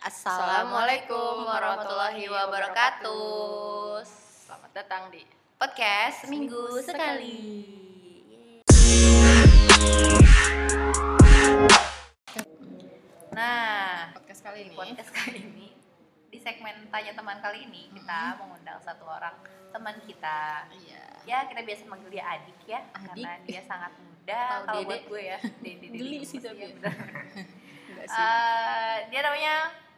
Assalamualaikum warahmatullahi wabarakatuh. Selamat datang di Podcast Seminggu Sekali. Nah, podcast kali ini. podcast kali ini di segmen Tanya Teman kali ini kita mengundang satu orang teman kita. Iya. Ya, kita biasa manggil dia Adik ya, Adik. karena dia sangat muda. Tahu Kalau Dede. buat gue ya, Dede Geli gemes sih tapi. ya, benar. Enggak sih. Dia namanya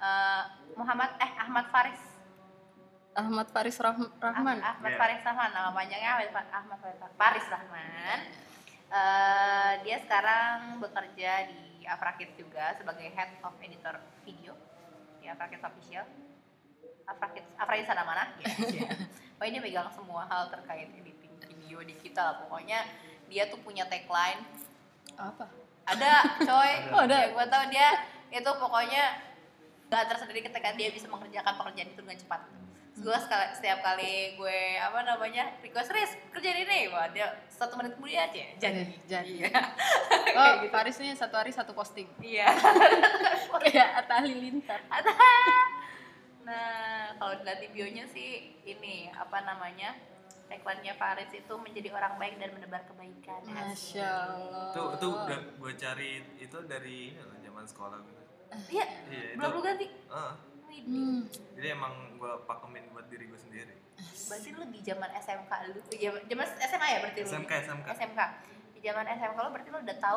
Ahmad Faris. Ahmad Faris Rahman. Ahmad Yeah. Faris Rahman, nama panjangnya Ahmad Faris Rahman. Dia sekarang bekerja di Afrakit juga sebagai Head of Editor Video di Afrakit Official. Afrakit sana mana? Ya. Pokoknya dia megang semua hal terkait editing video di kita lah. Pokoknya dia tuh punya tagline. Apa? Ada, coy. Oh, ada. Ya, gue tau dia itu pokoknya gak tersendiri ketika dia bisa mengerjakan pekerjaan itu dengan cepat. Gue setiap kali gue request Riz kerjaan ini, wah dia 1 menit kemudian aja jadi. Jadi. Iya. Oh, Faris nih satu hari satu posting. Iya. Kayak Atta Halilintar. Nah, kalau dilihat di bionya sih ini tagline-nya Faris itu menjadi orang baik dan menebar kebaikan. Masya Allah. Itu udah gue cari itu dari zaman sekolah gitu. Iya. Iya, itu. Belum lu ganti. Hmm. Jadi emang gue pakemin buat diri gue sendiri. Berarti lu di zaman SMK lu, zaman SMA ya berarti lu? SMK. Di zaman SMK lu berarti lu udah tahu.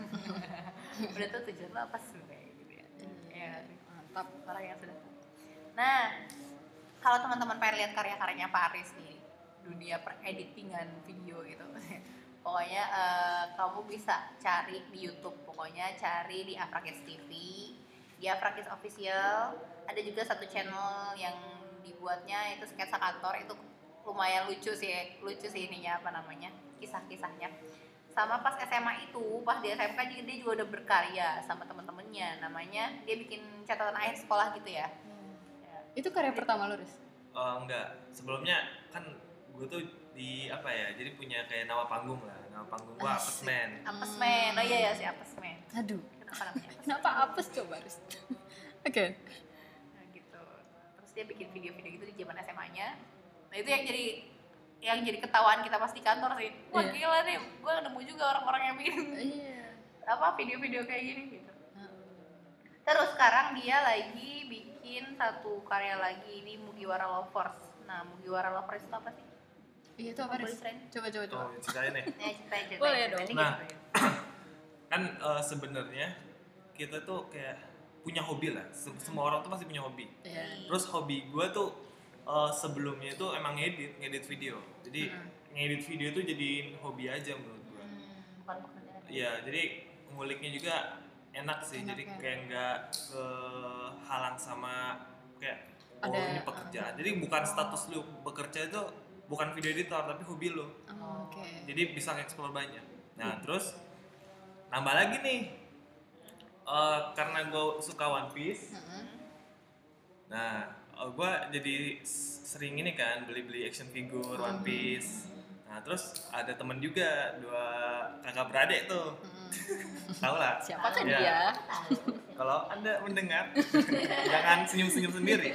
Udah tahu tujuan lu apa sih kayak gitu ya. Ya, Mantap. orang yang sudah tahu. Nah, kalau teman-teman pengen lihat karya-karyanya Faris nih, dunia pereditingan video gitu. Pokoknya kamu bisa cari di YouTube, pokoknya cari di Afrakis TV, di Afrakis Official. Ada juga satu channel yang dibuatnya itu sketsa kantor, itu lumayan lucu sih ininya kisah-kisahnya. Sama pas SMA itu, pas di SMK dia juga udah berkarya sama temen-temennya, namanya dia bikin catatan akhir sekolah gitu ya. Itu karya pertama lu, Riz? Enggak, sebelumnya kan gue tuh jadi punya kayak nama panggung lah. Nama panggung gue Apesman. Apesman, oh iya ya si Apesman. Aduh. Kenapa namanya Apesman? Kenapa apes coba, Riz? Oke. Nah gitu. Terus dia bikin video-video gitu di zaman SMA-nya. Nah itu yang jadi ketahuan kita pas di kantor sih. Wah Iya. gila nih, gue nemu juga orang-orang yang bikin Iya. video-video kayak gini gitu. Terus sekarang dia lagi bikin satu karya lagi ini Mugiwara Lovers. Nah Mugiwara Lovers itu apa sih? Iya itu apa, Riz? Coba. Tuh, ceritain nih. Ceritain. Boleh dong. Nanti Nah. gitu. Kan sebenarnya kita tuh kayak punya hobi lah. Semua orang tuh pasti punya hobi. Iya. Terus hobi gue tuh sebelumnya itu emang ngedit video. Jadi ngedit video tuh jadiin hobi aja menurut gue. Bukan pekerjaan. Iya, jadi nguliknya juga enak sih. Enak Jadi ya. kayak nggak kehalang sama kayak Ada- ini pekerjaan. Jadi bukan status lu bekerja itu bukan video editor tapi hobi lu. Oke. Jadi bisa nge-explore banyak. Nah, terus nambah lagi nih. Karena gue suka One Piece. Nah, gue jadi sering ini kan beli action figure One Piece. Nah, terus ada temen juga 2 kakak beradik tuh. Tahu lah. Siapa kan Ya. dia? Kalau Anda mendengar, jangan senyum-senyum sendiri.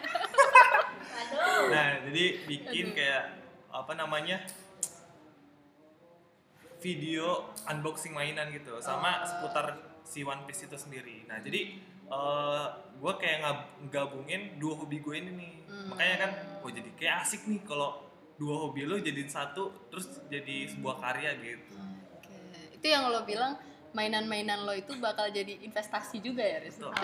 Nah, jadi bikin kayak video unboxing mainan gitu sama seputar si One Piece itu sendiri. Nah, jadi gue kayak gabungin 2 hobi gue ini nih. Makanya kan, jadi kayak asik nih kalau 2 hobi lo jadiin satu terus jadi sebuah karya gitu. Oke. Itu yang lo bilang mainan-mainan lo itu bakal jadi investasi juga ya, Riz? Betul.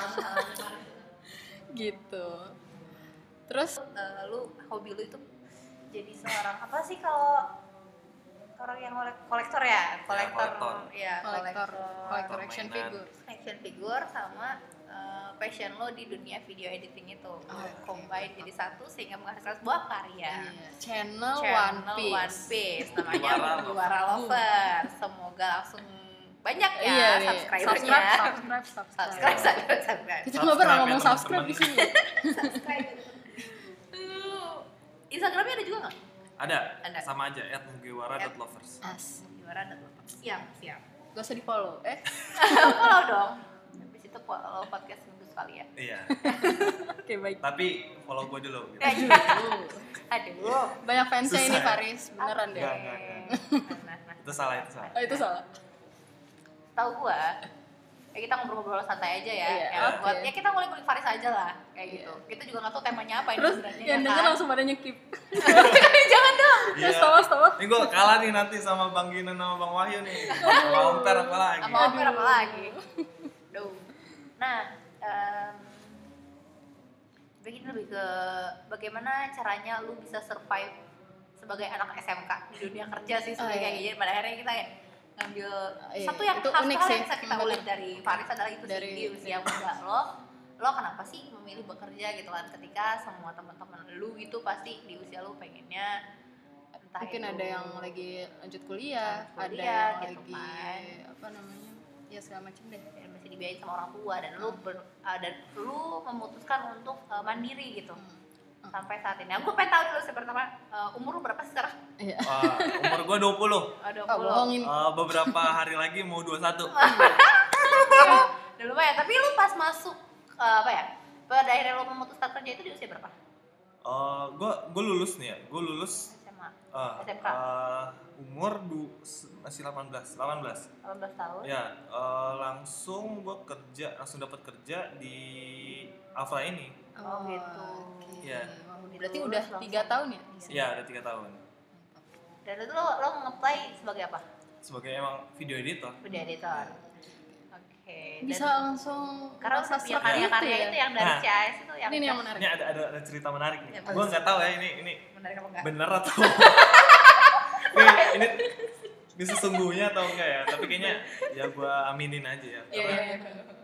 Gitu. Terus Hobi lu itu jadi seorang apa sih kalau orang yang kolektor ya? kolektor. Ya, kolektor action mainan. figure. action figure sama passion lo di dunia video editing itu combine jadi satu sehingga menghasilkan sebuah karya. Iya. Channel Channel One Piece. namanya Mugiwara Mugiwara Lovers. Semoga langsung banyak ya Iya, nih. subscribernya. Subscribe. Kita nggak pernah Subscribe ngomong ya, subscribe di sini. Subscribe. Instagramnya ada juga nggak? Ada. Ada. Sama aja @mugiwara.lovers. As. Mugiwara Lovers. Siap. Gak usah di follow. Follow dong. Habis itu follow podcast Minggu kali ya. Iya. Oke, baik. Tapi follow gue dulu. Gitu. Aduh. Banyak fansnya Susah ini ya? Faris, beneran deh. Enggak. Nah. Itu salah. Oh, itu salah. Tahu gua, ya kita ngobrol-ngobrol santai aja ya. Iya, Ya, oke. buat ya kita ngulik-ngulik Faris aja lah, kayak gitu. Kita juga nggak tahu temanya apa ini Terus sebenarnya. yang ya denger kan? langsung pada nyekip. Jangan dong. Terus tawa. Ini gue kalah nih nanti sama Bang Gina sama Bang Wahyu nih. Sama Omper apa lagi? Sama Oper apa lagi? Duh. Nah, begini lebih ke bagaimana caranya lu bisa survive sebagai anak SMK di dunia kerja sih sebenarnya iya. kayak gini. Pada akhirnya kita kayak ngambil Iya, satu yang itu hal unik yang sih. bisa kita ulik dari Faris adalah itu Dari- sih di usia muda lo kenapa sih memilih bekerja gitu kan, ketika semua teman-teman lu itu pasti di usia lu pengennya entah Mungkin itu ada yang lagi lanjut kuliah, Lanjut ada kuliah, yang gitu lagi kan. apa namanya? Ya segala macam deh. yang masih dibiayain sama orang tua dan lu memutuskan untuk mandiri gitu sampai saat ini. Aku pengen tahu dulu sih pertama, umur lu berapa sih sekarang? Iya. Umur gue 20. Ada Oh, bohongin. Beberapa hari lagi mau 21. Udah lumayan, tapi lu pas masuk apa ya? Pada akhirnya lu memutuskan kerja itu di usia berapa? Gue lulus nih ya. Gue lulus SMA. uh, SMK. umur masih 18 18 tahun. ya. Langsung gue langsung dapat kerja di Afra ini. Oh, gitu. Oke. Iya. Wow, berarti Lulus udah langsung. 3 tahun ya? Ya ada 3 tahun Dan itu lo nge-apply sebagai apa? sebagai emang video editor. Video editor. Oke. Bisa Dan langsung karena merasa udah punya serak karya-karya gitu itu yang dari Nah. CAS itu yang Ini yang menarik. Ini ada cerita menarik nih. Ya, Gue bagus. nggak tahu ya ini menarik apa enggak? bener atau ini sesungguhnya atau enggak ya, tapi kayaknya ya gue aminin aja ya. Iya, Karena- iya.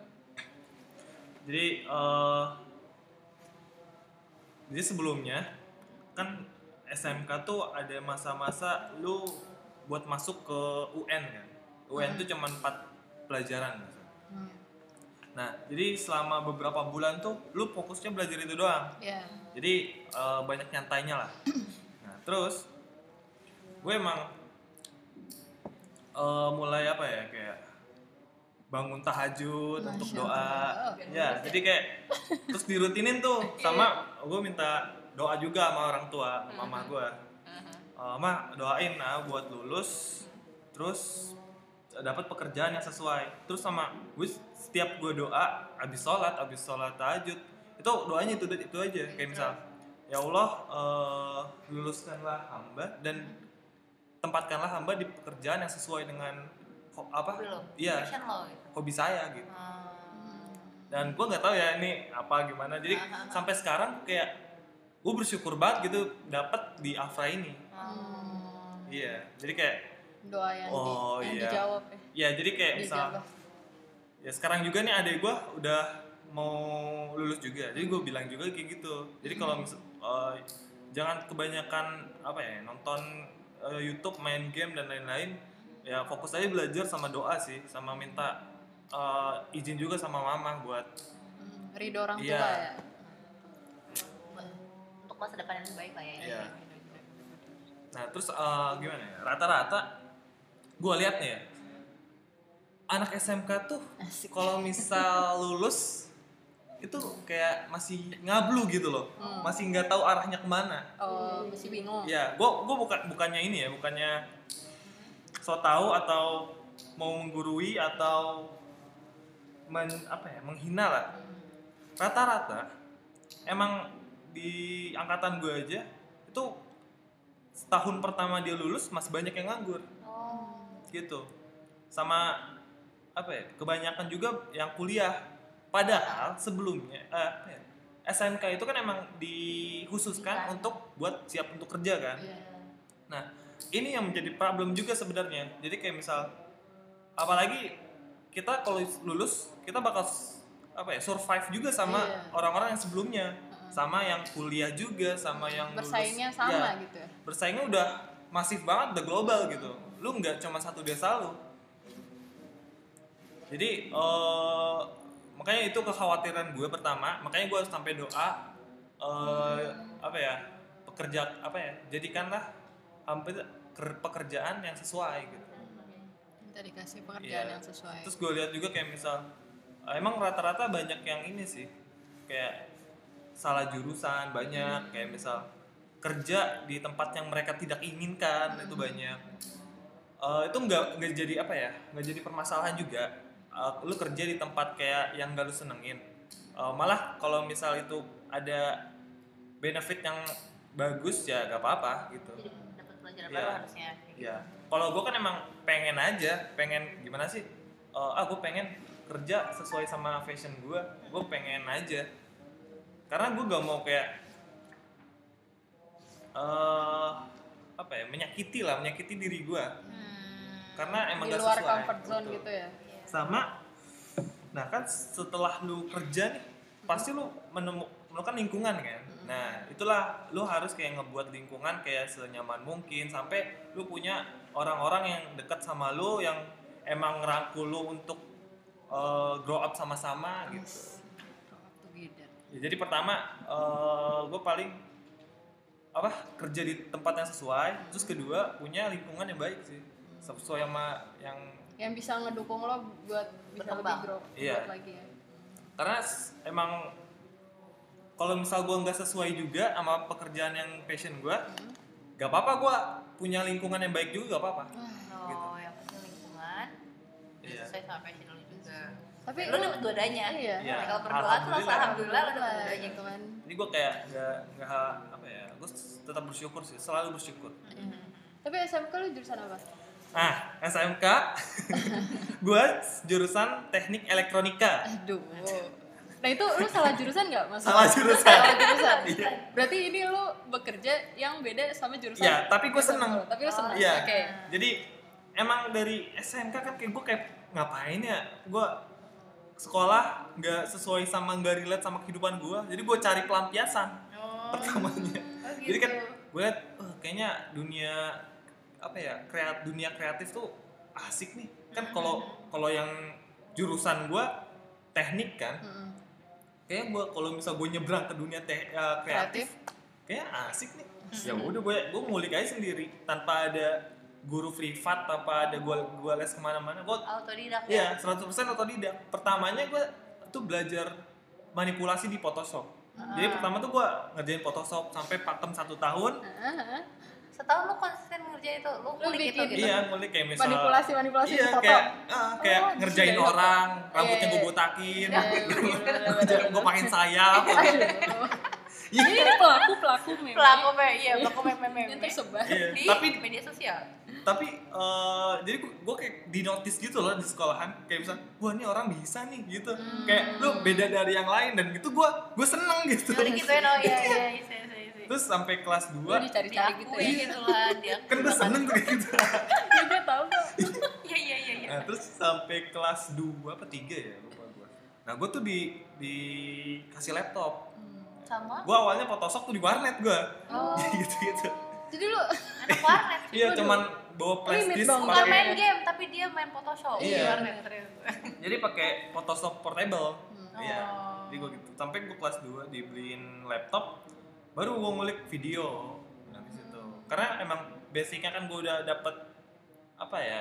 jadi sebelumnya kan SMK tuh ada masa-masa lu buat masuk ke UN kan. UN tuh cuma 4 pelajaran. Hmm. Nah, jadi selama beberapa bulan tuh lu fokusnya belajar itu doang. Iya. Jadi banyak nyantainya lah. Nah, terus gue emang mulai apa ya, kayak bangun tahajud untuk Masya doa. Allah. Ya, jadi kayak terus dirutinin tuh sama gue minta doa juga sama orang tua, mama gue. Ma, doain buat lulus terus dapat pekerjaan yang sesuai. Terus sama gue setiap gue doa habis sholat tahajud itu doanya itu aja, kayak misal ya Allah, luluskanlah hamba dan tempatkanlah hamba di pekerjaan yang sesuai dengan Belum. iya, Passion lo gitu. hobi saya gitu. Dan gue nggak tahu ya ini apa gimana, jadi sampai sekarang kayak gue bersyukur banget gitu dapat di Afra ini. Iya, jadi kayak Doa yang, yang iya. dijawab ya. Ya jadi kayak misal Dijabah. ya sekarang juga nih adik gue udah mau lulus juga, jadi gue bilang juga kayak gitu. Jadi kalau jangan kebanyakan apa ya nonton YouTube, main game dan lain-lain, ya fokus aja belajar sama doa sih, sama minta izin juga sama mama buat Ridho orang tua Iya. ya. Untuk masa depan yang lebih baik lah ya. Iya. Nah terus gimana ya, rata-rata gue lihat nih ya, anak SMK tuh kalau misal lulus itu kayak masih ngablu gitu loh, masih nggak tahu arahnya kemana. Oh, masih bingung. Ya, gue bukannya ini ya, bukannya so tahu atau mau menggurui atau menghina lah. Rata-rata emang di angkatan gue aja itu setahun pertama dia lulus masih banyak yang nganggur. Gitu. Sama kebanyakan juga yang kuliah. Padahal sebelumnya SMK itu kan emang dikhususkan untuk buat siap untuk kerja kan. Nah, ini yang menjadi problem juga sebenarnya. Jadi kayak misal apalagi kita kalau lulus kita bakal survive juga sama orang-orang yang sebelumnya, sama yang kuliah juga, sama yang Bersaingnya lulus. sama Ya, gitu ya. bersaingnya udah masif banget, udah global gitu. Lu nggak cuma satu desa lu. Jadi makanya itu kekhawatiran gue pertama, makanya gue sampai doa jadikanlah hampir pekerjaan yang sesuai gitu. Minta dikasih pekerjaan yang sesuai. Terus gue lihat juga kayak misal emang rata-rata banyak yang ini sih, kayak salah jurusan banyak, kayak misal kerja di tempat yang mereka tidak inginkan itu banyak. Itu nggak jadi apa ya, nggak jadi permasalahan juga. Lu kerja di tempat kayak yang nggak lu senengin. Malah kalau misal itu ada benefit yang bagus ya gak apa-apa gitu. Jadi dapat pelajaran Iya. baru harusnya. Ya, kalau gue kan emang pengen aja, pengen gimana sih? Gue pengen kerja sesuai sama fashion gue pengen aja. Karena gue gak mau kayak apa ya, menyakiti diri gue. Karena emang Di gak luar sesuai. comfort zone Betul. gitu ya. Sama, nah kan setelah lu kerja nih, pasti lu menemukan lingkungan kan. Nah itulah lu harus kayak ngebuat lingkungan kayak senyaman mungkin sampai lu punya orang-orang yang dekat sama lu yang emang ngerangkul lu untuk grow up sama-sama gitu. Together. Ya, jadi pertama gue paling kerja di tempat yang sesuai, terus kedua punya lingkungan yang baik sih, sesuai sama Yang bisa ngedukung lo buat bisa Berkembang. lebih grow Iya. lagi ya. karena emang kalau misal gue nggak sesuai juga sama pekerjaan yang passion gue, gak apa-apa gue punya lingkungan yang baik juga gak apa-apa. Gitu. Yang penting lingkungan Iya. sesuai sama passion lu juga. Tapi lu dapat dua-duanya. Iya. Iya. Kalau berdoa tuh langsung alhamdulillah lu dapat Alhamdulillah, dua-duanya. gitu kan. Jadi gue kayak nggak apa ya, gue tetap bersyukur sih, selalu bersyukur. Tapi SMK lu jurusan apa? Nah, SMK gue jurusan teknik elektronika. Aduh. Nah itu lu salah jurusan nggak mas? Salah jurusan. Salah jurusan. Iya. Berarti ini lu bekerja yang beda sama jurusan. Iya, tapi gue SMK seneng. lu. Tapi lu seneng. Iya. Oke. Jadi emang dari SMK kan kayak gue kayak ngapain ya? Gue sekolah nggak sesuai sama nggak relate sama kehidupan gue. Jadi gue cari pelampiasan pertamanya. gitu. Jadi kan gue liat, kayaknya dunia apa ya, dunia kreatif tuh asik nih. Kan kalau yang jurusan gue teknik kan, kayak gue kalau misal gue nyebrang ke dunia kreatif, kayak asik nih. Ya udah gue ngulik aja sendiri tanpa ada guru privat, tanpa ada gue les kemana-mana. Gue Autodidak iya 100% otodidak. Pertamanya gue tuh belajar manipulasi di Photoshop. Jadi pertama tuh gue ngerjain Photoshop sampai pakem 1 tahun. Setahun lu konsisten ngerjain itu, lu ngulik itu bikin gitu. Iya, ngulik kayak misal Manipulasi iya, di foto. kayak Oh, ngerjain gitu ya. orang, rambutnya Iya, gue iya. botakin, Iya, gue pakein sayap. Jadi ini pelaku meme. Pelaku meme yang tersebar. Iya, di tapi media sosial. tapi jadi gue kayak di notice gitu loh di sekolahan, kayak misal wah ini orang bisa nih gitu, kayak lu beda dari yang lain, dan gitu gue seneng gitu. Udah gitu ya, oh iya. Terus sampai kelas 2 Lu dicari-cari gitu ya. gitu lah dia. kan gue seneng tuh kayak gitu. Dia tahu kok. Iya. Nah terus sampai kelas 2 apa 3 ya lupa gue. Nah gue tuh dikasih laptop. Sama Gue awalnya Photoshop tuh di warnet gue. Oh. gitu. Jadi lu anak warnet. Iya Waduh. cuman bawa flash Limit disk dong. Bukan pakai. main game, tapi dia main Photoshop di Iya. warnet terus. Jadi pakai Photoshop portable. Iya. Oh. Jadi gue gitu. Sampai gue kelas 2 dibeliin laptop, baru gue ngulik video. Nah di situ. Karena emang basicnya kan gue udah dapet apa ya?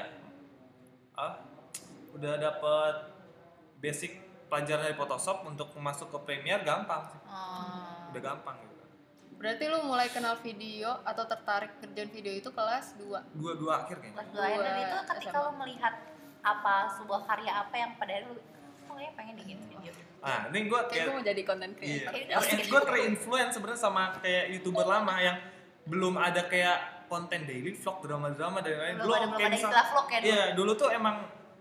Udah dapet basic pelajaran dari Photoshop, untuk masuk ke Premiere gampang sih. Udah gampang gitu. berarti lu mulai kenal video atau tertarik kerjaan video itu kelas 2. Dua akhir kayaknya. Kelas 2 dan itu ketika SMA. lo melihat sebuah karya apa yang pada lu kayaknya pengen bikin video. Nah, ini gue Kayak gue mau jadi content iya. creator. Gue terinfluence sebenarnya sama kayak YouTuber lama yang belum ada kayak konten daily vlog, drama-drama dan lain-lain. Belum kayak ada misal- istilah vlog ya dulu. Iya, dulu tuh emang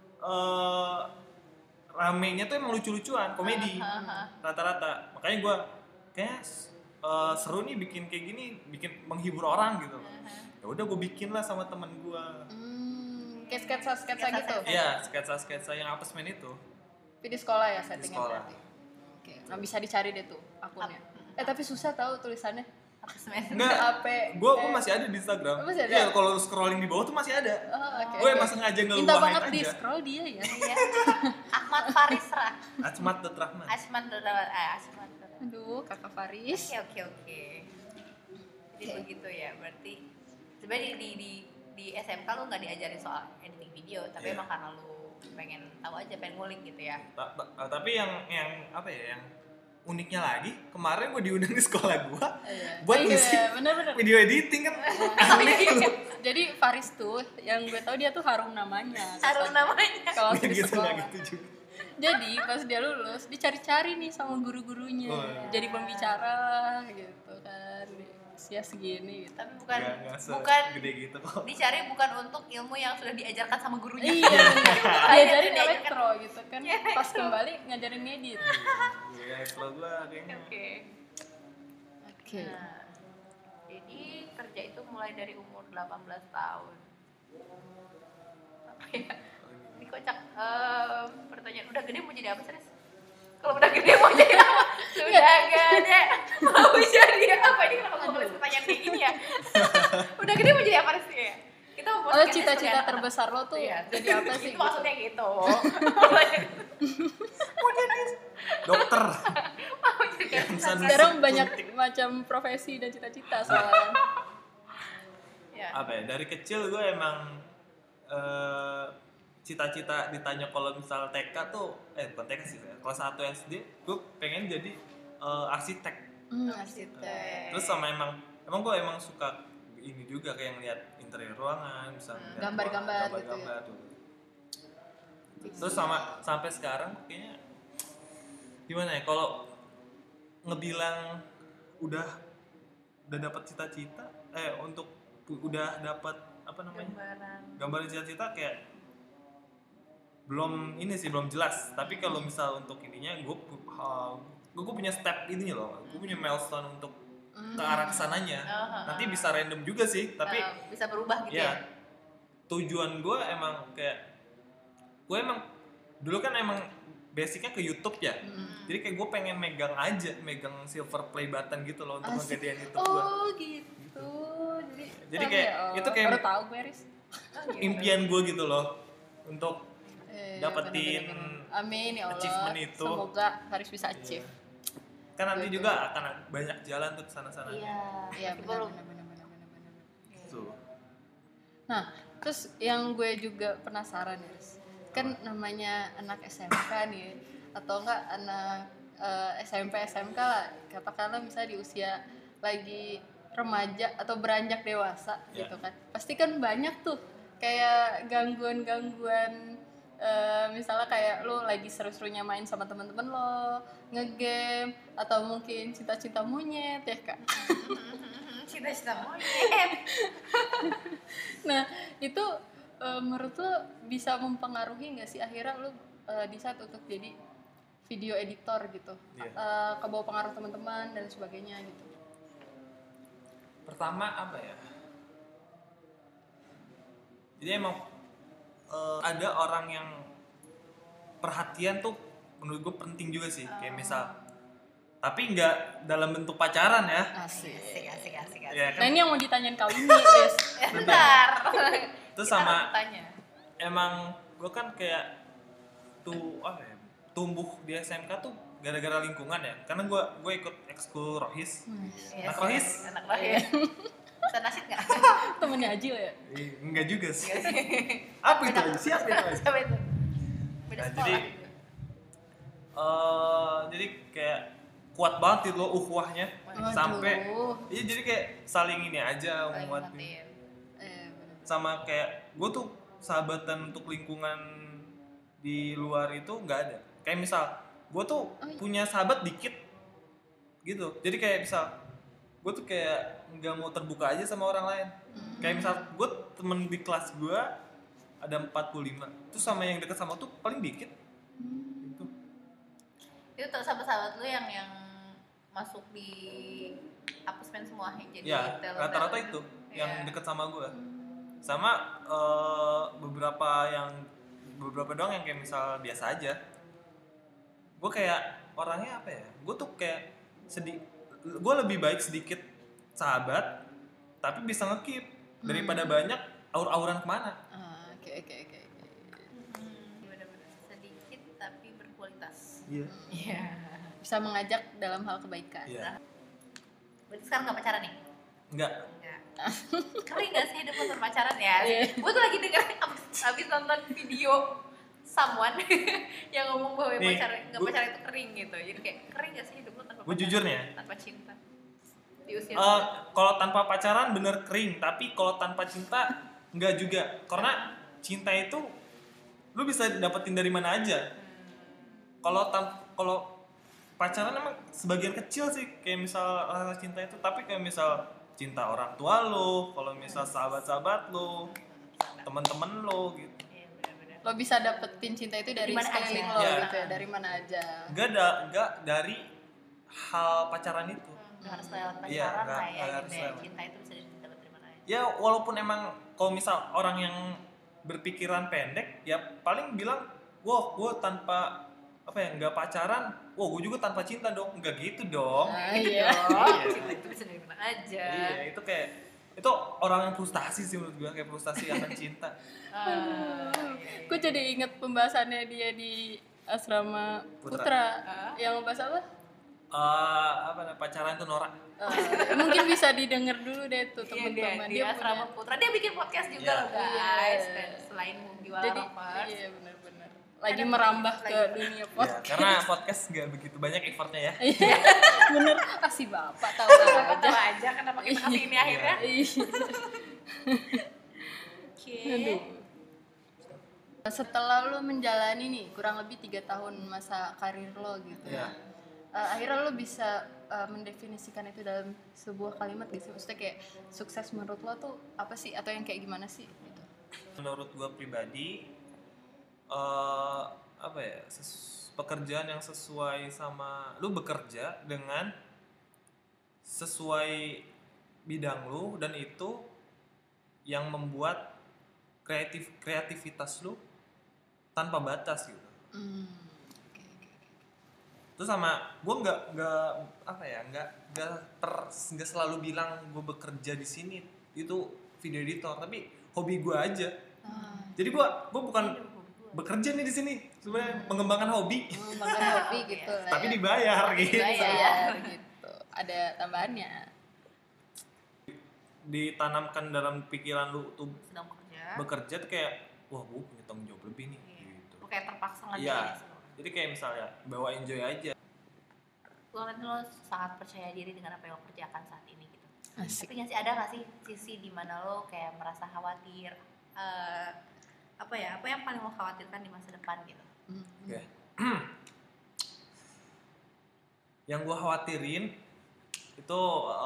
ramenya tuh emang lucu-lucuan, komedi rata-rata. Makanya gue kayak seru nih bikin kayak gini, bikin menghibur orang gitu. Ya udah gue bikin lah sama temen gue. Kayak sketsa gitu. Iya, sketsa-sketsa yang apesmen itu. Tapi di sekolah ya settingnya sekolah. berarti. Oke, nah bisa dicari deh tuh akunnya. Tapi susah tahu tulisannya. Apa semen? Enggak, AP. gue masih ada di Instagram. Oh, masih ada? Iya, kalau scrolling di bawah tuh masih ada. Oh, oke. Gue emang sengaja Minta ngeluahin banget aja. di scroll dia ya. Iya. Ahmad Farisra. Acmat.rahman. Asman. Aduh, Kakak Faris. Oke. Jadi begitu ya, berarti sebenarnya di SMK lu nggak diajarin soal editing video, tapi Iya. emang karena lu pengen tahu aja, pengen ngulik gitu ya. Tapi yang apa ya, yang uniknya lagi, kemarin gue diundang di sekolah gue buat Iya, ngisi bener-bener. video editing kan. Jadi Faris tuh yang gue tahu dia tuh harum namanya. Harum namanya. Kalau Nggak di gitu, sekolah. nggak gitu juga. Jadi pas dia lulus dicari-cari nih sama guru-gurunya. Oh, iya. Jadi pembicara gitu kan. Usia segini gitu. Tapi bukan Nggak bukan gede gitu kok. dicari bukan untuk ilmu yang sudah diajarkan sama gurunya. Iya, diajarin Diajarkan. elektro gitu kan. Pas kembali ngajarin ngedit. Ya, kalau gue kayaknya Oke. Oke. Nah, jadi kerja itu mulai dari umur 18 tahun. Apa ya? Ini kocak. Pertanyaan, udah gede mau jadi apa, Serius? Kalau udah gede mau jadi apa? Sudah gede mau jadi apa? Ini kenapa ngomongin pertanyaan kayak gini ya? Udah gede mau jadi apa sih ya? Kita mau Oh, cita-cita terbesar lo tuh Iya. jadi apa sih? Itu maksudnya gitu. dokter. Mau jadi Yang sana Sekarang suntik. banyak macam profesi dan cita-cita soalnya. Ya. Apa ya, dari kecil gue emang cita-cita ditanya kalau misal TK tuh bukan TK sih, kelas 1 SD gue pengen jadi arsitek. Arsitek. Terus sama emang gue emang suka ini juga, kayak ngeliat interior ruangan, bisa ngeliat Gambar-gambar gitu gambar-gambar tuh. Terus sampai sekarang kayaknya gimana ya, kalau ngebilang udah dapat cita-cita untuk udah dapat apa namanya, gambaran cita-cita, kayak belum jelas. Tapi kalau misal untuk ininya gue punya step ini loh, gue punya milestone untuk ke arah kesananya. Nanti bisa random juga sih, tapi bisa berubah gitu ya, ya. tujuan gue emang kayak, gue emang dulu kan emang basicnya ke YouTube ya. Jadi kayak gue pengen megang silver play button gitu loh untuk ngegedein YouTube gue. Oh gitu. Jadi kayak itu kayak baru tahu gue, Riz. impian gue gitu loh untuk dapetin bener-bener. Amin ya Allah. achievement itu. Semoga Haris bisa achieve. Kan nanti juga akan banyak jalan tuh kesana-sana. Iya, belum. benar. Tuh. Nah, terus yang gue juga penasaran, Riz. Kan namanya anak SMK nih, atau enggak anak SMP SMK lah, katakanlah misalnya di usia lagi remaja atau beranjak dewasa gitu kan. Pasti kan banyak tuh kayak gangguan-gangguan, misalnya kayak lo lagi seru-serunya main sama teman-teman lo, ngegame, atau mungkin cita-cita monyet ya kak. Cita-cita monyet. Nah itu menurut lo bisa mempengaruhi nggak sih akhirnya lo decide untuk jadi video editor gitu, kebawa pengaruh teman-teman dan sebagainya gitu? Pertama apa ya? Jadi emang ada orang yang perhatian tuh menurut gue penting juga sih. Kayak misal, tapi nggak dalam bentuk pacaran ya. Asik. Asik. Ya, Nah kan? ini yang mau ditanyain kali ini, Riz. Bentar. Terus Kita sama harus tanya. emang gue kan kayak tumbuh di SMK tuh gara-gara lingkungan ya. Karena gue ikut ekskul Rohis. Anak Rohis? Anak Rohis. Bisa nasid nggak? Temennya Ajil ya? Enggak juga sih. Apa itu? Siapa itu? Siapa itu? Beda Nah, sekolah. jadi kayak kuat banget itu loh ukhuwahnya. Sampai iya, jadi kayak saling ini aja Saling nguatin. nguatin. Bener. Sama kayak gue tuh sahabatan untuk lingkungan di luar itu nggak ada. Kayak misal gue tuh punya sahabat dikit gitu. Jadi kayak misal gue tuh kayak nggak mau terbuka aja sama orang lain. Kayak misal gue temen di kelas gue ada 45, terus sama yang deket sama tuh paling dikit. Gitu. Itu tuh sahabat-sahabat lu yang masuk di Apusmen semua yang jadi Ya, talent rata-rata talent. itu Iya. yang deket sama gue. Sama beberapa doang yang kayak misal biasa aja. Gue kayak orangnya apa ya? Gue tuh kayak gue lebih baik sedikit sahabat tapi bisa nge-keep daripada banyak aur-auran kemana. Oke. Bener-bener sedikit tapi berkualitas. Iya. Iya. Bisa mengajak dalam hal kebaikan. Iya. Berarti sekarang nggak pacaran nih? Enggak. Keren gak sih hidup lu pacaran ya? Iya. Gue tuh lagi dengerin abis nonton video someone yang ngomong bahwa Nih, pacaran itu kering gitu. Jadi kayak kering gak sih hidup lo tanpa Gue jujur nih ya. tanpa cinta di usia Kalau tanpa pacaran bener kering, tapi kalau tanpa cinta enggak juga. Karena cinta itu lu bisa dapetin dari mana aja. Kalau pacaran emang sebagian kecil sih, kayak misal rasa cinta itu, tapi kayak misal cinta orang tua lo, kalau misal sahabat-sahabat lo, teman-teman lo gitu. Iya, benar-benar. Lo bisa dapetin cinta itu dari Dari mana sekeliling aja. lo Iya. gitu ya, dari mana aja. Enggak dari hal pacaran itu. Nggak harus lewat Iya, pacaran nggak lah ya harus gitu ya. lewat. Cinta itu bisa dapat dari mana aja. Ya walaupun emang kalau misal orang yang berpikiran pendek ya paling bilang, wah gue tanpa apa ya nggak pacaran, wah gue juga tanpa cinta dong, nggak gitu dong. Iya. Oh, cinta itu bisa dari mana aja. Iya, itu orang yang frustasi sih menurut gue, kayak frustasi akan cinta. Iya. Gue jadi inget pembahasannya dia di asrama Putra, yang ngebahas apa? Apa namanya, pacaran tuh norak. Mungkin bisa didengar dulu deh tuh Iya, teman-teman. di asrama Putra dia bikin podcast juga Iya. loh guys. Dan selain di Jadi Lovers. iya benar-benar. Lagi merambah ke dunia Ya, podcast. karena podcast nggak begitu banyak effortnya ya. Bener, kasih bapak tahu Apa aja. tahu aja kenapa kita kasih ini akhirnya. Oke. Aduh. Setelah lo menjalani nih kurang lebih 3 tahun masa karir lo gitu Iya. akhirnya lo bisa mendefinisikan itu dalam sebuah kalimat gitu. Maksudnya kayak sukses menurut lo tuh apa sih, atau yang kayak gimana sih gitu. Menurut gue pribadi, apa ya, pekerjaan yang sesuai sama lu, bekerja dengan sesuai bidang lu, dan itu yang membuat kreativitas lu tanpa batas gitu. Terus sama gue nggak selalu bilang gue bekerja di sini itu video editor, tapi hobi gue aja. Jadi gue bukan bekerja nih di sini, sebenarnya mengembangkan hobi, Mengembangkan hobi gitu lah tapi ya. dibayar gitu. Dibayar gitu, ada tambahannya. Ditanamkan dalam pikiran lu tuh Sedang bekerja. bekerja tuh kayak, wah gue punya tanggung jawab lebih nih gitu. Lu kayak terpaksa ngerjain Iya. semua. Jadi kayak misalnya bawa enjoy aja. Lu kan lo sangat percaya diri dengan apa yang lo kerjakan saat ini gitu. Asik. Tapi ada nggak sih sisi di mana lo kayak merasa khawatir? Apa yang paling lo khawatirkan di masa depan gitu? Oke. Yang gue khawatirin itu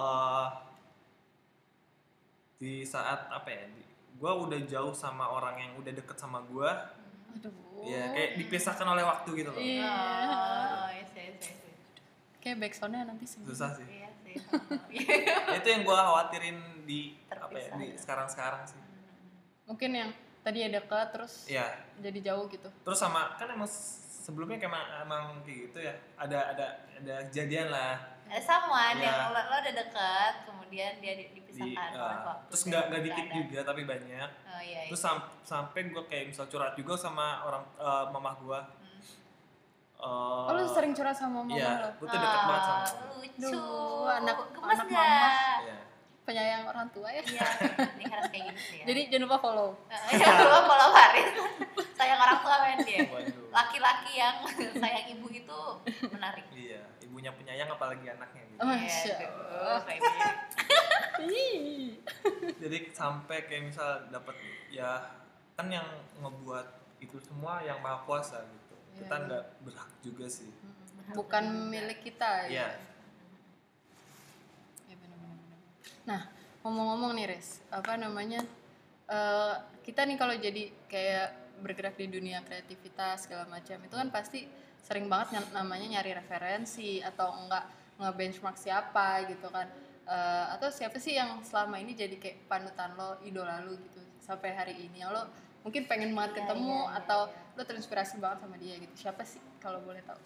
di saat apa ya, gue udah jauh sama orang yang udah deket sama gue, Aduh. ya kayak dipisahkan oleh waktu gitu loh. Iya. Oh, iya sih. Kayak backsoundnya nanti segini. Susah sih. Iya sih. Itu yang gue khawatirin di apa ya, Terpisah di ya. sekarang sih. Mungkin yang tadi ya dekat terus Iya. jadi jauh gitu. Terus sama kan emang sebelumnya kayak emang kayak gitu ya, ada kejadian lah. Ada someone Iya. yang lo udah deket, kemudian dia dipisahkan oleh waktu. Terus dan nggak dikit ada. juga tapi banyak. Oh iya. Terus sampai gue kayak misal curhat juga sama orang mamah gue. Oh, lu sering curhat sama mama Iya, lo? gue tuh deket banget sama mama. Lucu. Duh, anak gemas mama. nggak? Iya. Penyayang orang tua ya. Iya, ini harus kayak gitu sih ya. Jadi jangan lupa follow. Ya, gue follow Haris. Sayang orang tua men dia. Waduh. Laki-laki yang sayang ibu itu menarik. Iya, ibunya penyayang apalagi anaknya gitu. Masya Iya, Allah. kayak gitu. Ih. Jadi sampai kayak misal dapat ya, kan yang ngebuat itu semua yang maha kuasa gitu. Kita Iya. nggak berhak juga sih. Bukan milik kita Iya. ya. Ya benar-benar. Nah, ngomong-ngomong nih Riz, apa namanya? Kita nih kalau jadi kayak bergerak di dunia kreativitas segala macam, itu kan pasti sering banget namanya nyari referensi atau enggak nge-benchmark siapa gitu kan. Atau siapa sih yang selama ini jadi kayak panutan lo, idola lo gitu sampai hari ini, yang lo mungkin pengen banget Iya, ketemu iya, atau lo terinspirasi banget sama dia gitu. Siapa sih kalau boleh tahu?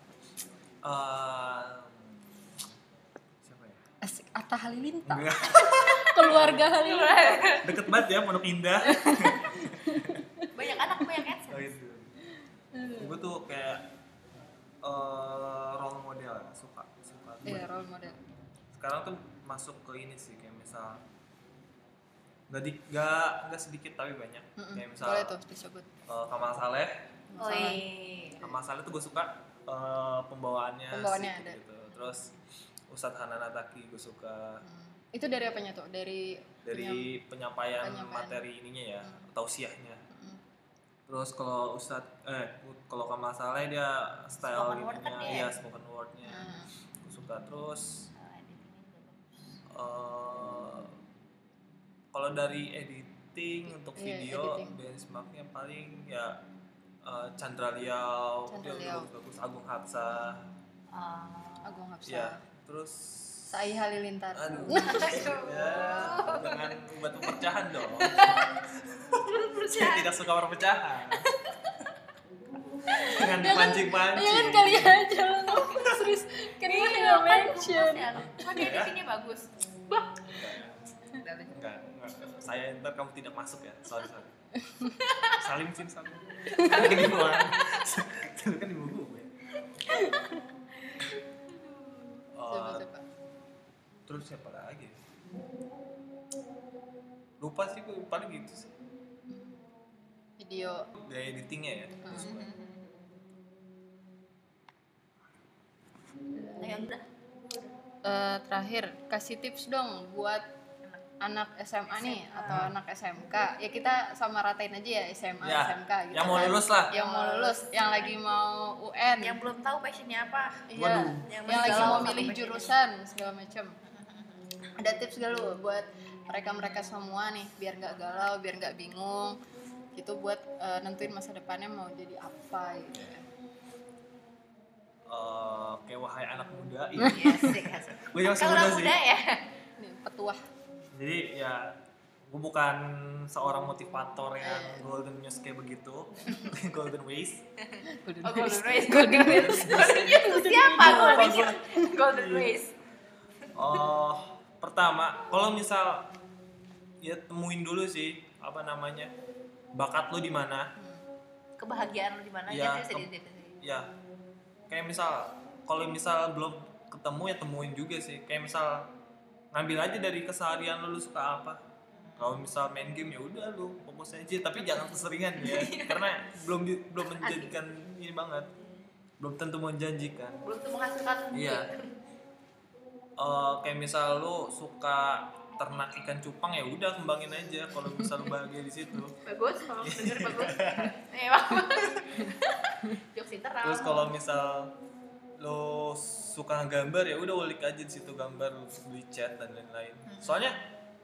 Siapa ya? Asik, Atta Halilintar. Enggak. Keluarga Halilintar. Deket banget ya Pondok Indah. Banyak anak banyak Oh, AdSense. itu. Gue tuh kayak role model ya, suka. Iya, role model. Sekarang tuh masuk ke ini sih, kayak misal nggak sedikit tapi banyak. Kayak misal Boleh tuh disebut. Kamal Saleh, Masalah. Sama Saleh tuh gue suka pembawaannya Pembawaannya asik ada. gitu. Terus Ustadz Hananataki gue suka Itu dari apanya tuh? Dari penyampaian penyampaian. materi ininya ya, tausiahnya. Mm. Terus kalau kalau Kamal Saleh dia style Spoken word kan ininya, dia. iya spoken wordnya, gue suka. Terus kalau dari editing untuk Iya, video editing. benchmarknya paling ya Chandra Liao, Chandra dia Liao. bagus, Agung Hapsa, Agung Hapsa. ya terus Sai Halilintar. aduh ya jangan buat perpecahan dong. Saya tidak suka perpecahan. Jangan dipancing-pancing. Jangan kali aja lo ngomong serius. Kan gue nggak mention. Kan editingnya bagus. Enggak. Saya ntar kamu tidak masuk ya. Sorry. Salim. Kan di luar. Kan di buku gue. Coba. Terus siapa lagi? Lupa sih gue, paling gitu sih. Video. Gaya editingnya ya. Yang udah Terakhir kasih tips dong buat anak SMA nih atau anak SMK. Ya kita sama ratain aja ya SMA, Ya, SMK gitu. yang mau kan. lulus lah. Yang mau lulus, yang lagi mau UN. yang belum tahu passionnya apa. Iya, Waduh. yang Yang lagi galau mau sama milih passionnya. jurusan segala macam. Ada tips gak lu buat mereka semua nih biar nggak galau, biar nggak bingung gitu buat nentuin masa depannya mau jadi apa gitu. Kayak wahai anak muda ini. Iya sih. Gue yang masih Kalau muda udah sih. muda ya. Nih, petuah. Jadi ya gue bukan seorang motivator yang golden news kayak begitu. Golden ways. Oh, Golden Race. Golden Race. Itu siapa? Gue pikir Golden Race. Pertama, kalau misal ya temuin dulu sih apa namanya bakat lo di mana. Kebahagiaan lu di mana? Iya, Jadi Ya, kayak misal kalau misal belum ketemu ya temuin juga sih. Kayak misal ngambil aja dari keseharian lu suka apa. Kalau misal main game ya udah lu fokus aja, tapi jangan keseringan ya, karena belum menjanjikan ini banget, belum tentu menjanjikan. belum tuh menghasilkan duit. Iya. Kayak misal lu suka ternak ikan cupang ya udah kembangin aja kalau misal lu bahagia di situ. Bagus, kalau denger bagus. Bagus. Jokes internal. Terus kalau misal lo suka gambar ya udah ulik aja di situ gambar, lu beli cat dan lain-lain. Soalnya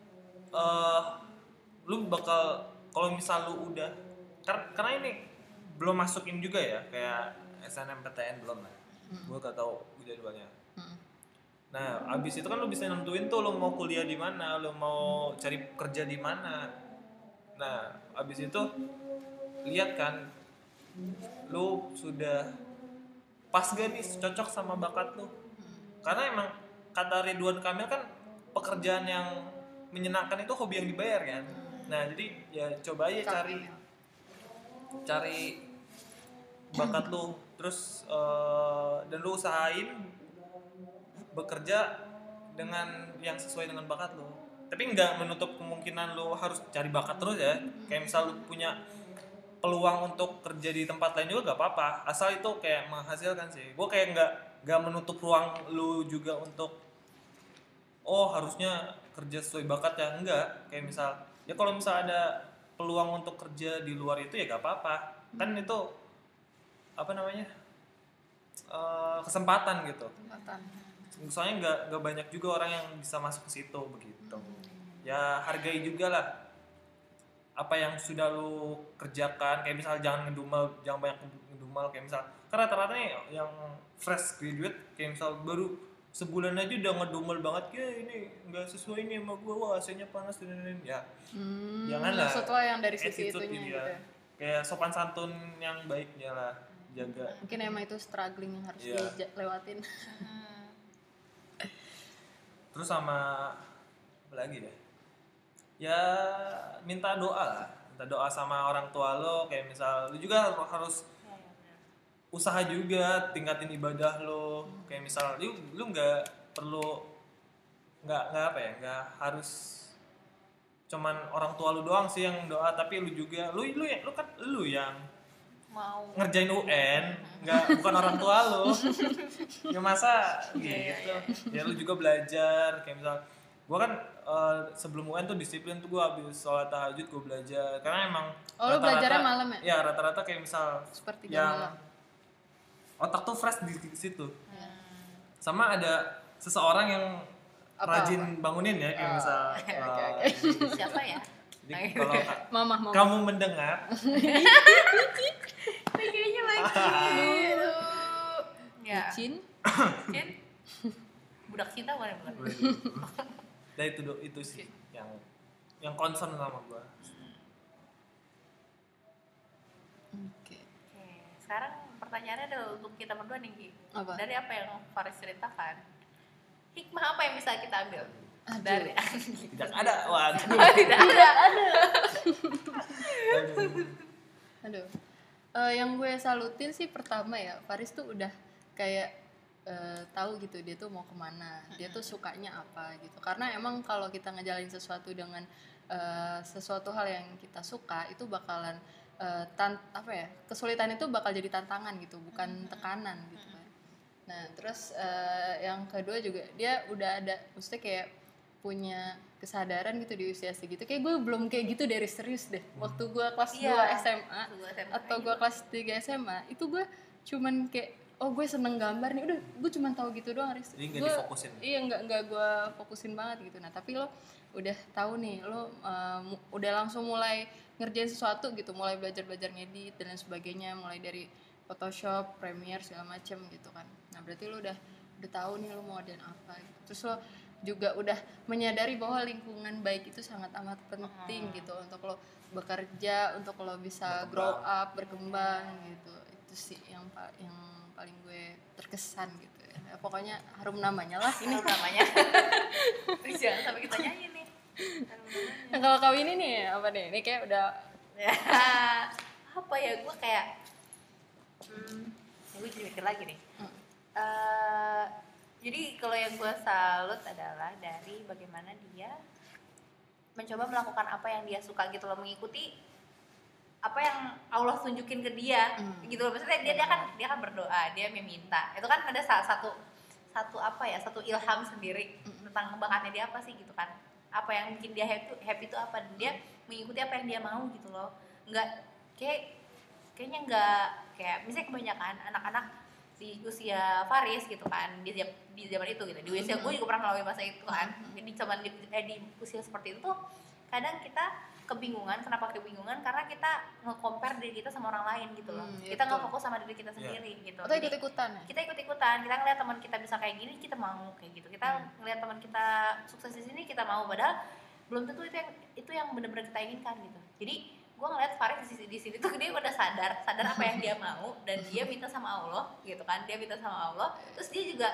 lu bakal kalau misal lu udah karena ini belum masukin juga ya kayak SNMPTN belum lah. Gue gak tahu jadwalnya. Nah, abis itu kan lu bisa nentuin tuh lu mau kuliah di mana, lu mau cari kerja di mana. Nah, abis itu lihat kan lu sudah pas gak nih cocok sama bakat lu. Karena emang kata Ridwan Kamil kan pekerjaan yang menyenangkan itu hobi yang dibayar kan. Nah, jadi ya coba aja cari bakat lu terus dan lu usahain bekerja dengan yang sesuai dengan bakat lu. Tapi nggak menutup kemungkinan lu harus cari bakat terus ya. Kayak misal lu punya peluang untuk kerja di tempat lain juga gak apa-apa, asal itu kayak menghasilkan sih. Gue kayak nggak menutup ruang lu juga untuk harusnya kerja sesuai bakat ya, enggak. Kayak misal ya kalau misal ada peluang untuk kerja di luar itu ya gak apa-apa, kan itu apa namanya kesempatan gitu. Soalnya nggak banyak juga orang yang bisa masuk ke situ begitu. Ya hargai juga lah apa yang sudah lu kerjakan. Kayak misal jangan banyak ngedumel. Kayak misal karena rata-rata nih yang fresh graduate kayak misal baru sebulan aja udah ngedumel banget, kayak ini nggak sesuai nih sama gue, wah AC-nya panas dan lain-lain ya. Janganlah. Maksudnya yang dari sisi attitude itunya gitu gitu ya. Kayak sopan santun yang baiknya lah jaga. Mungkin emang itu struggling yang harus Iya. dilewatin. Terus sama apa lagi deh? Ya minta doa lah. Minta doa sama orang tua lo, kayak misal lu juga harus usaha juga tingkatin ibadah lo. Kayak misal lu nggak perlu nggak harus cuman orang tua lu doang sih yang doa, tapi lu juga lu yang mau ngerjain UN, bukan orang tua lu. Ya masa gitu. Ya lu juga belajar, kayak misal gua kan sebelum UN tuh disiplin tuh gua habis sholat tahajud gua belajar karena emang lu belajarnya malam ya? Ya rata-rata kayak misal Sepertiga yang malam. otak tuh fresh di situ. Sama ada seseorang yang rajin bangunin ya kayak misal siapa ya? jadi kalau Mama. kamu mendengar Kayaknya lagi. Ya. Cin. Budak cinta bukan? Nah itu sih yang concern sama gua. Oke. Sekarang pertanyaannya adalah untuk kita berdua nih Ki. Apa? Dari apa yang Faris ceritakan, hikmah apa yang bisa kita ambil? Aduh. Dari Tidak ada. Waduh. tidak ada. Aduh. Yang gue salutin sih pertama ya, Faris tuh udah kayak tahu gitu dia tuh mau kemana, dia tuh sukanya apa gitu. Karena emang kalau kita ngejalanin sesuatu dengan sesuatu hal yang kita suka itu bakalan kesulitan itu bakal jadi tantangan gitu, bukan tekanan gitu kan. Nah terus yang kedua juga dia udah ada, maksudnya kayak punya kesadaran gitu di usia segitu. Kayak gue belum kayak gitu dari serius deh. Waktu gue kelas 2 SMA atau gue kelas 3 SMA itu gue cuman kayak gue seneng gambar nih, udah gue cuman tahu gitu doang. Jadi nggak difokusin. Iya nggak gue fokusin banget gitu. Nah tapi lo udah tahu nih, lo udah langsung mulai ngerjain sesuatu gitu, mulai belajar ngedit dan lain sebagainya, mulai dari Photoshop, Premiere segala macem gitu kan. Nah berarti lo udah tahu nih lo mau ngadain apa gitu. Terus lo juga udah menyadari bahwa lingkungan baik itu sangat amat penting gitu untuk lo bekerja, untuk lo bisa grow up, berkembang gitu. Itu sih yang paling gue terkesan gitu ya. Pokoknya harum namanya lah ini. Harum namanya. Jangan sampai kita nyanyi nih. Nah, kalau kau ini nih apa nih? Ini kayak udah apa ya, gue kayak gue jadi mikir lagi nih. Jadi kalau yang gue salut adalah dari bagaimana dia mencoba melakukan apa yang dia suka gitu loh, mengikuti apa yang Allah tunjukin ke dia gitu loh. Maksudnya dia kan berdoa, dia meminta. Itu kan ada satu ilham sendiri tentang bakatnya dia apa sih gitu kan. Apa yang bikin dia happy itu apa, dan dia mengikuti apa yang dia mau gitu loh. Kayaknya enggak kayak misalnya kebanyakan anak-anak di usia Faris gitu kan, di zaman itu gitu, di usia gue juga pernah melalui masa itu kan. Jadi cuman di usia seperti itu tuh kadang kita kebingungan. Kenapa kebingungan? Karena kita nge-compare diri kita sama orang lain gitu loh. Kita nggak fokus sama diri kita sendiri gitu. Atau ikut-ikutan ya? Kita ikut-ikutan, kita ngeliat teman kita bisa kayak gini, kita mau kayak gitu. Kita ngeliat teman kita sukses di sini, kita mau, padahal belum tentu itu yang benar-benar kita inginkan gitu. Jadi gue ngeliat Faris di sini tuh dia udah sadar apa yang dia mau, dan dia minta sama Allah gitu kan. Dia minta sama Allah, terus dia juga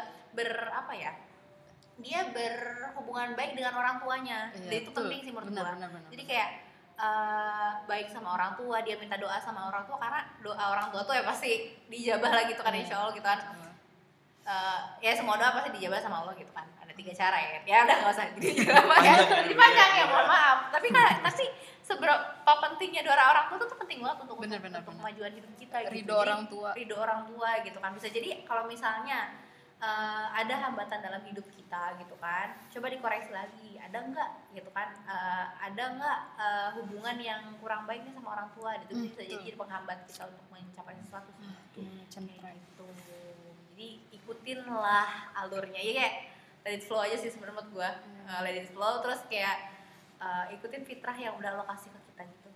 dia berhubungan baik dengan orang tuanya. Dan itu penting sih menurut gue. Jadi kayak baik sama orang tua, dia minta doa sama orang tua, karena doa orang tua tuh ya pasti dijabah lah gitu kan, insya Allah gitu kan. Ya semua doa pasti dijabah sama Allah gitu kan. Ada 3 cara ya udah nggak usah jadi panjang ya, mohon maaf. Tapi seberapa pentingnya doa orang tua tuh penting banget untuk kemajuan hidup kita gitu. Ridho orang tua gitu kan. Bisa jadi kalau misalnya ada hambatan dalam hidup kita gitu kan, coba dikoreksi lagi, ada enggak gitu kan, ada enggak hubungan yang kurang baik nih sama orang tua gitu. Bisa jadi penghambat kita untuk mencapai sesuatu gitu. Jadi ikutinlah alurnya ya, kayak let it flow aja sih sebenarnya menurut gua. Let it flow, terus kayak ikutin fitrah yang udah Allah kasih ke kita gitu.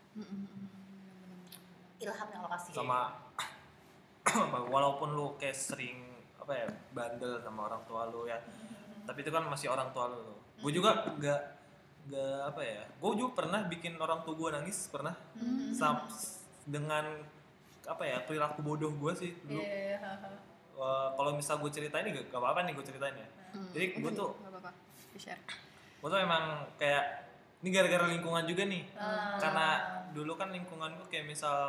Ilham yang Allah kasih sama walaupun lu kayak sering bandel sama orang tua lu ya, tapi itu kan masih orang tua lu. Gue juga nggak gue juga pernah bikin orang tua gue nangis, pernah dengan perilaku bodoh gue sih dulu. Kalau misal gue ceritain ini gak apa-apa nih gue ceritain ya. Jadi gue tuh emang kayak ini gara-gara lingkungan juga nih. Karena dulu kan lingkungan gue kayak misal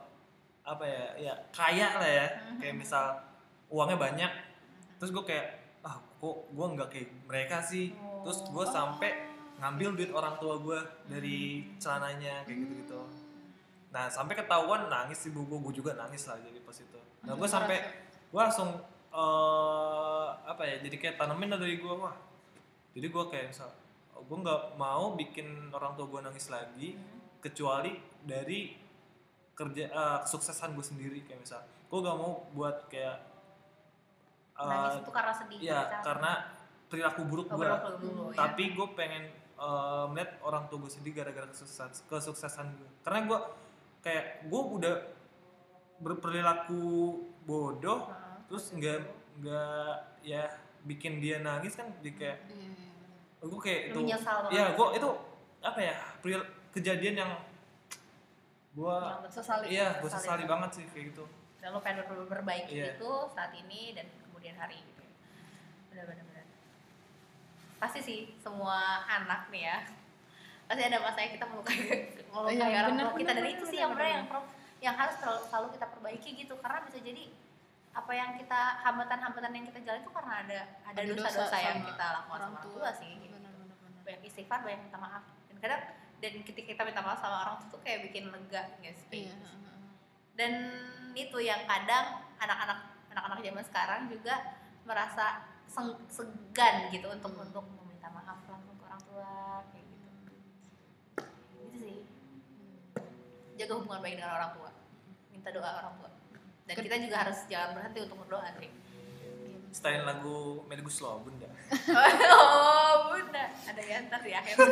kaya lah ya, kayak misal uangnya banyak, terus gue kayak kok gue nggak kayak mereka sih. Terus gue sampai ngambil duit orang tua gue dari celananya kayak gitu. Nah sampai ketahuan nangis ibu gue juga nangis lah jadi pas itu. Nah gue Langsung sampai ngerasa. gue langsung apa ya jadi kayak tanemin lah dari gue wah. Jadi gue kayak misal gue nggak mau bikin orang tua gue nangis lagi kecuali dari kesuksesan gue sendiri kayak misal gue gak mau buat kayak Nangis itu karena sedih. ya karena perilaku buruk gue, ya. tapi gue pengen melihat orang tua gue sedih gara-gara kesuksesan gue. Karena gue kayak gue udah berperilaku bodoh, terus nggak ya bikin dia nangis kan, jadi kayak gue kayak itu, ya gue itu apa ya kejadian yang gue sesali. Iya, gue sesali banget sih kayak gitu. Dan lo pengen berbaiki itu saat ini dan kemudian hari gitu. Benar-benar. Pasti sih semua anak nih ya. Pasti ada masanya kita melukai orang tua kita, dan itu sih yang benar yang harus selalu kita perbaiki gitu, karena bisa jadi apa yang kita hambatan-hambatan yang kita jalan itu karena ada dosa-dosa yang kita lakukan sama orang tua sih. Gitu. Banyak istighfar, banyak minta maaf. Dan kadang ketika kita minta maaf sama orang tua tuh kayak bikin lega nggak sih? Iya. Dan itu yang kadang anak-anak zaman sekarang juga merasa segan gitu untuk meminta maaf langsung ke orang tua kayak gitu. Gitu sih. Jaga hubungan baik dengan orang tua. Minta doa orang tua. Dan kita juga harus jangan berhenti untuk berdoa, Tri. Setelin lagu Meli Guslo, Bunda. Oh, Bunda. Ada yang ntar di akhir.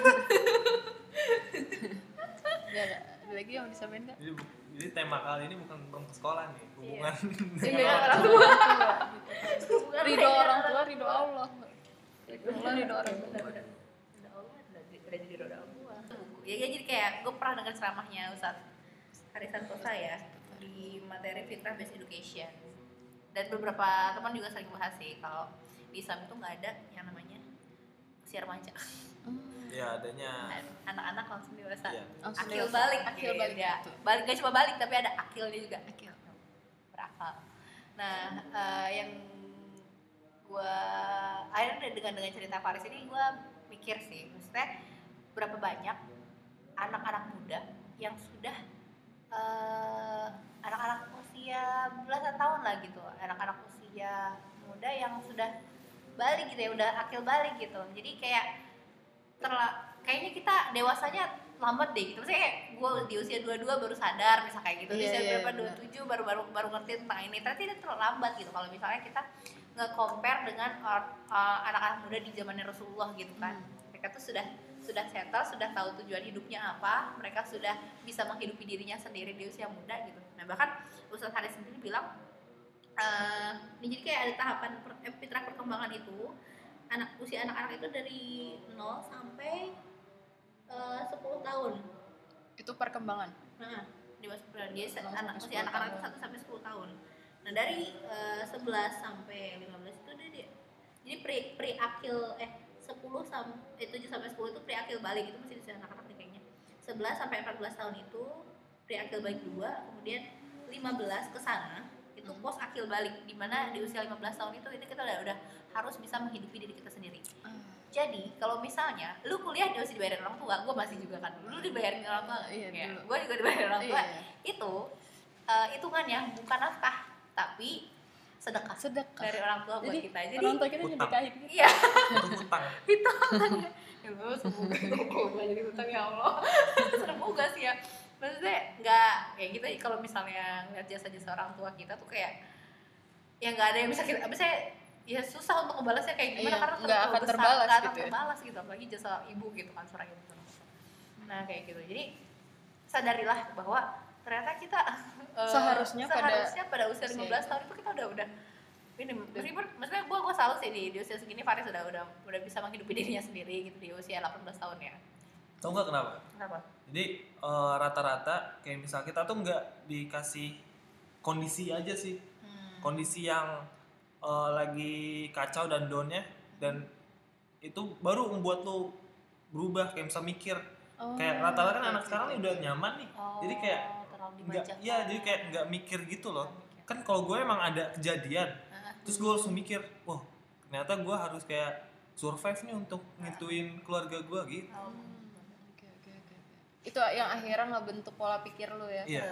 Ada lagi yang disampaikan nggak? Jadi tema kali ini bukan tentang sekolah nih, hubungan dengan orang tua. Ridho orang tua, ridho Allah. Ridho orang tua. Ridho Allah udah jadi ridho orang tua. Ya jadi kayak gue pernah dengar ceramahnya Ustadz Haris Santosa ya di materi Fitrah Based Education. Dan beberapa teman juga sering bahas sih kalau di Islam itu nggak ada yang namanya usia remaja. Ya adanya anak-anak langsung dewasa. Ya. Akil balik ya. Balik gak cuma balik tapi ada akilnya juga. Akil berakal. Nah, yang gue akhirnya dengan cerita Faris ini gue mikir sih, maksudnya berapa banyak anak-anak muda yang sudah anak-anak usia belasan tahun lah gitu, anak-anak usia muda yang sudah balik gitu ya, udah akil balik gitu. Jadi kayak kayaknya kita dewasanya lambat deh gitu. Maksudnya kayak gue di usia 22 baru sadar misal kayak gitu. Di usia berapa 27 baru ngerti tentang ini. Ternyata itu terlalu lambat gitu kalau misalnya kita nge-compare dengan anak-anak muda di zamannya Rasulullah gitu kan. Mereka tuh sudah settle, sudah tahu tujuan hidupnya apa, mereka sudah bisa menghidupi dirinya sendiri di usia muda gitu. Nah, bahkan Ustadz Haris sendiri bilang jadi kayak ada tahapan fitrah perkembangan itu. Usia anak-anak itu dari 0 sampai 10 tahun. Itu perkembangan. Nah, dia usia anak-anak itu 1 sampai 10 tahun. Nah, dari 11 sampai 15 itu dia jadi pre-akil 7 sampai 10 itu pre-akil balik, itu masih usia anak-anak nih kayaknya. 11 sampai 14 tahun itu pre-akil balik 2, kemudian 15 ke sana itu post akil balik, dimana di usia 15 tahun itu kita udah harus bisa menghidupi diri kita sendiri. Jadi kalau misalnya lu kuliah dia masih dibayarin orang tua, gue masih juga kan dulu dibayarin orang tua, gue juga dibayarin orang tua. Itu hitungannya bukan nafkah tapi sedekah dari orang tua buat kita. Jadi orang tua kita nyedekahin. Iya. Itu Ya lu semoga gue jadi utang ya Allah. Semoga sih ya. Maksudnya nggak ya kita kalau misalnya ngeliat jasa-jasa orang tua kita tuh kayak ya nggak ada yang bisa kita, misalnya ya susah untuk ngebalasnya kayak gimana, karena nggak akan terbalas gitu, apalagi jasa ibu gitu kan, seorang ibu. Nah kayak gitu, jadi sadarilah bahwa ternyata kita seharusnya pada usia 15 tahun itu kita udah ini, maksudnya gue selalu sih di usia segini Faris udah bisa menghidupi dirinya sendiri gitu di usia 18 tahun ya. Tau nggak kenapa? Kenapa? Jadi rata-rata kayak misal kita tuh nggak dikasih kondisi aja sih, kondisi yang lagi kacau dan downnya, dan itu baru membuat lo berubah, kayak misal mikir. Kayak rata-rata kan anak sekarang udah nyaman nih, jadi kayak jadi kayak nggak mikir gitu loh. Kan kalau gue emang ada kejadian, terus gue langsung mikir, wah ternyata gue harus kayak survive nih untuk ngituin keluarga gue gitu. itu yang akhirnya ngebentuk pola pikir lu ya. Iya.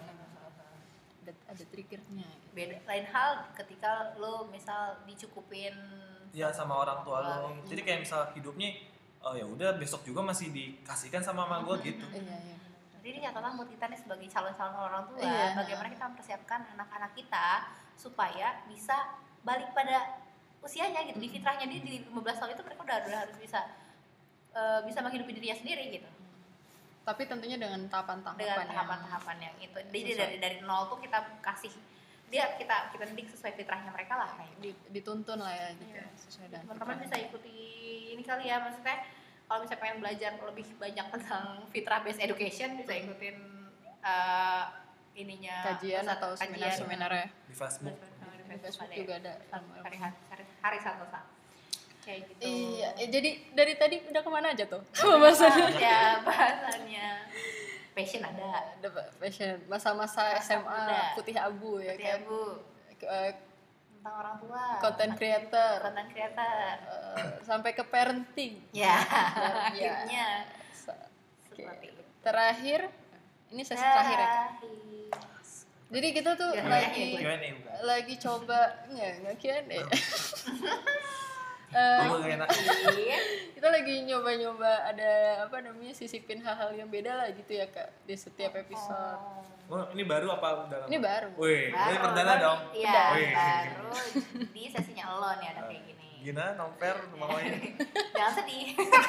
Ada triggernya. Beda lain hal ketika lo misal dicukupin Ya sama orang tua lo. Jadi kayak misal hidupnya ya udah besok juga masih dikasihkan sama mama gue gitu. Iya. Jadi ini katakanlah buat kita nih sebagai calon-calon orang tua, Iya. bagaimana kita mempersiapkan anak-anak kita supaya bisa balik pada usianya gitu, di fitrahnya dia di 15 tahun itu mereka udah harus bisa menghidupi dirinya sendiri gitu. Tapi tentunya dengan tahapan-tahapan Dengan tahapan-tahapan yang itu. Jadi dari nol tuh kita kasih kita didik sesuai fitrahnya mereka lah kayak gitu. dituntun lah ya gitu. Iya. Sesuai dengan Teman-teman fitrahnya. bisa ikuti ini kali ya, maksudnya kalau misalnya pengen belajar lebih banyak tentang fitrah based education bisa ikutin ininya kajian pusat atau seminar-seminarnya Di Facebook. di Facebook juga ada. Hari Santosa kayak gitu. Iya, jadi dari tadi udah kemana aja tuh pembahasannya? Ya bahasannya passion ada, Passion masa-masa Masa SMA muda. putih abu ya ya kan. Bu, tentang orang tua, Content creator, content creator, sampai ke parenting. ya Ya. akhirnya Oke. seperti itu. Terakhir, ini sesi terakhir ya. Kak? Terakhir. Jadi kita tuh Ya, lagi ya, Q&A bukan? lagi coba nggak Q&A. Gue gak enak. Iya. Kita lagi nyoba-nyoba ada apa namanya sisipin hal-hal yang beda lah gitu ya Kak di setiap episode. Oh, ini baru apa udah lama? Ini baru. Wih, ini Baru, perdana dong. Iya, Wih. baru di sesinya lo nih ada kayak gini. Gina, nomper, mamanya. Jangan sedih.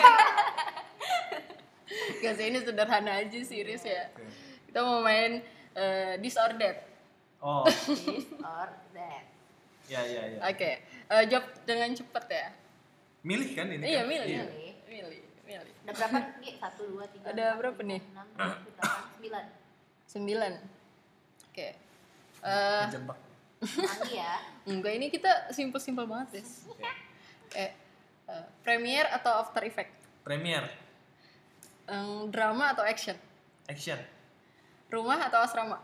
Gak sih, ini sederhana aja sih Riz ya. Oke. Kita mau main this or that. Oh, This or that. ya. Oke, jawab dengan cepat ya. Milih kan ini? Iya, kan? milih. Iya. Milih. Ada berapa nih? 1, 2, 3, Ada berapa nih? 6, 7, 8, 9. Oke. Jebak. 9. Lagi ya. Enggak, ini kita simpel-simpel banget, Riz. Premiere atau After Effect? Premier, Drama atau action? action, Rumah atau asrama?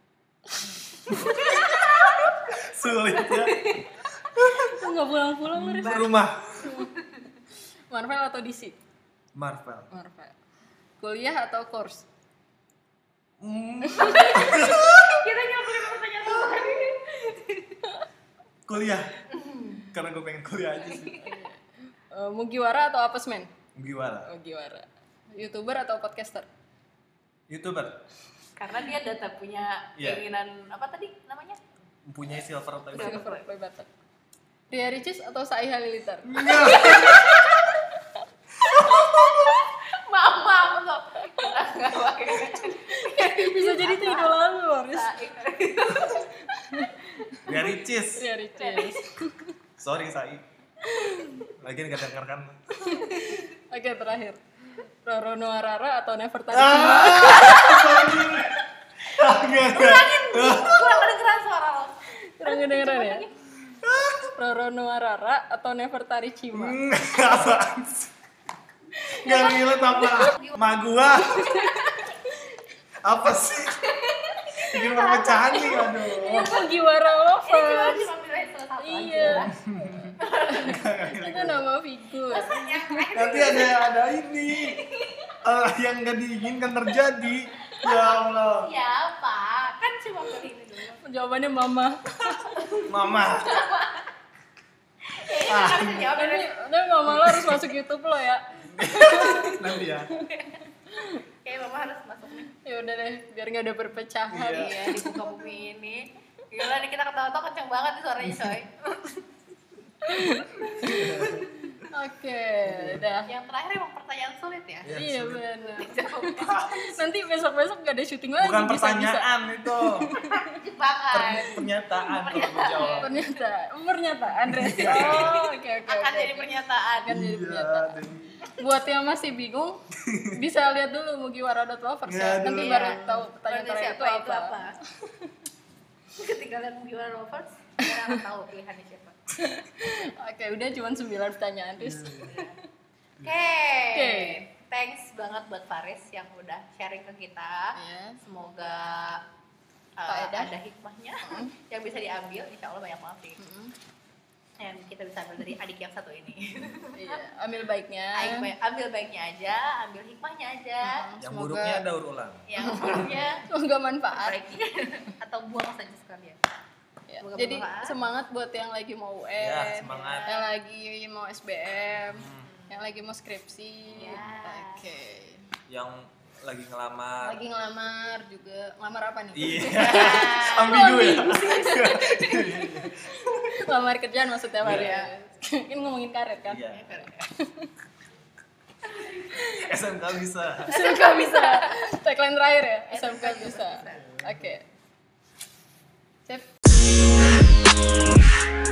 sulit ya. Enggak pulang-pulang, Riz. Rumah, Marvel atau DC? Marvel. Marvel. Kuliah atau course? Kita nyamperin pertanyaan tadi. Kuliah, karena gue pengen kuliah aja sih. Mugiwara atau Apesmen? Gimana? Mugiwara. YouTuber atau podcaster? YouTuber, Karena dia data punya Iya. keinginan apa tadi namanya? mempunyai silver tapi Silver play button. Ria Ricis atau Sai Halilintar? Maaf loh. Kita nggak pakai. Bisa jadi itu idola lu, loh, Riz. Dari Cheese. Ria Ricis. Sorry Sai. Lagian gak denger kan. Oke, terakhir. Roro Nuarara atau Never Tari Ah! Cima? Kurang kedengeran suara lo. Kurang kedengeran ya? Roro Nuarara atau Never Tari Cima? Apaan sih? Gak relate apa? Ma gua. Apa sih? Bikin perpecahan nih, aduh. Mugiwara Cuma Lovers. pilih salah satu Iya. aja. Itu nama figur. Nanti ada ini yang gak diinginkan terjadi. Ya Allah. Siapa? Kan cuma pilih ini dulu. Jawabannya Mama. Mama. Kayaknya nggak bisa jawab Tapi, dari tapi Mama lo harus masuk YouTube lo ya. Nanti ya. kayak mama harus masuk nih. Ya udah deh, biar nggak ada perpecahan. Iya. Iya di muka bumi ini. Gila nih kita ketawa-tawa kenceng banget nih suaranya coy. Oke, udah. Yang terakhir emang pertanyaan sulit ya. Iya, Iya sulit. benar. Jawab. Nanti besok-besok gak ada syuting lagi. Bukan bisa-bisa. pertanyaan itu. Jebakan. Pernyataan kalau gue jawab. Pernyataan Res. Oh, oke. Akan jadi pernyataan. Akan jadi Iya, pernyataan. dan- Buat yang masih bingung, bisa lihat dulu Mugiwara.lovers ya. Iya, Nanti dulu. baru tahu pertanyaan Berarti terakhir itu siapa apa. Ketika lihat gimana lovers, kita akan tahu pilihannya siapa. Oke, udah cuma 9 pertanyaan, Riz. Oke. Thanks banget buat Faris yang udah sharing ke kita. Iya. Semoga Faedah. ada hikmahnya yang bisa diambil. Insya Allah banyak banget sih. yang kita bisa ambil dari adik yang satu ini. Iya, ambil baiknya. Ambil baiknya aja, ambil hikmahnya aja. Yang Semoga- buruknya daur ulang. Yang buruknya Semoga manfaat. perbaiki atau buang saja sekalian. Ya, Semoga jadi bermanfaat. semangat buat yang lagi mau UN, Ya, semangat. yang lagi mau SBM, yang lagi mau skripsi. Ya. Oke. Yang lagi ngelamar. Lagi ngelamar juga. Ngelamar apa nih? Iya. Ambigu ya. Ngelamar kerjaan maksudnya Pak Iya. ya. Ini ngomongin karir kan? Iya. SMK bisa. SMK bisa. Tagline terakhir ya, SMK bisa. Oke. Sip.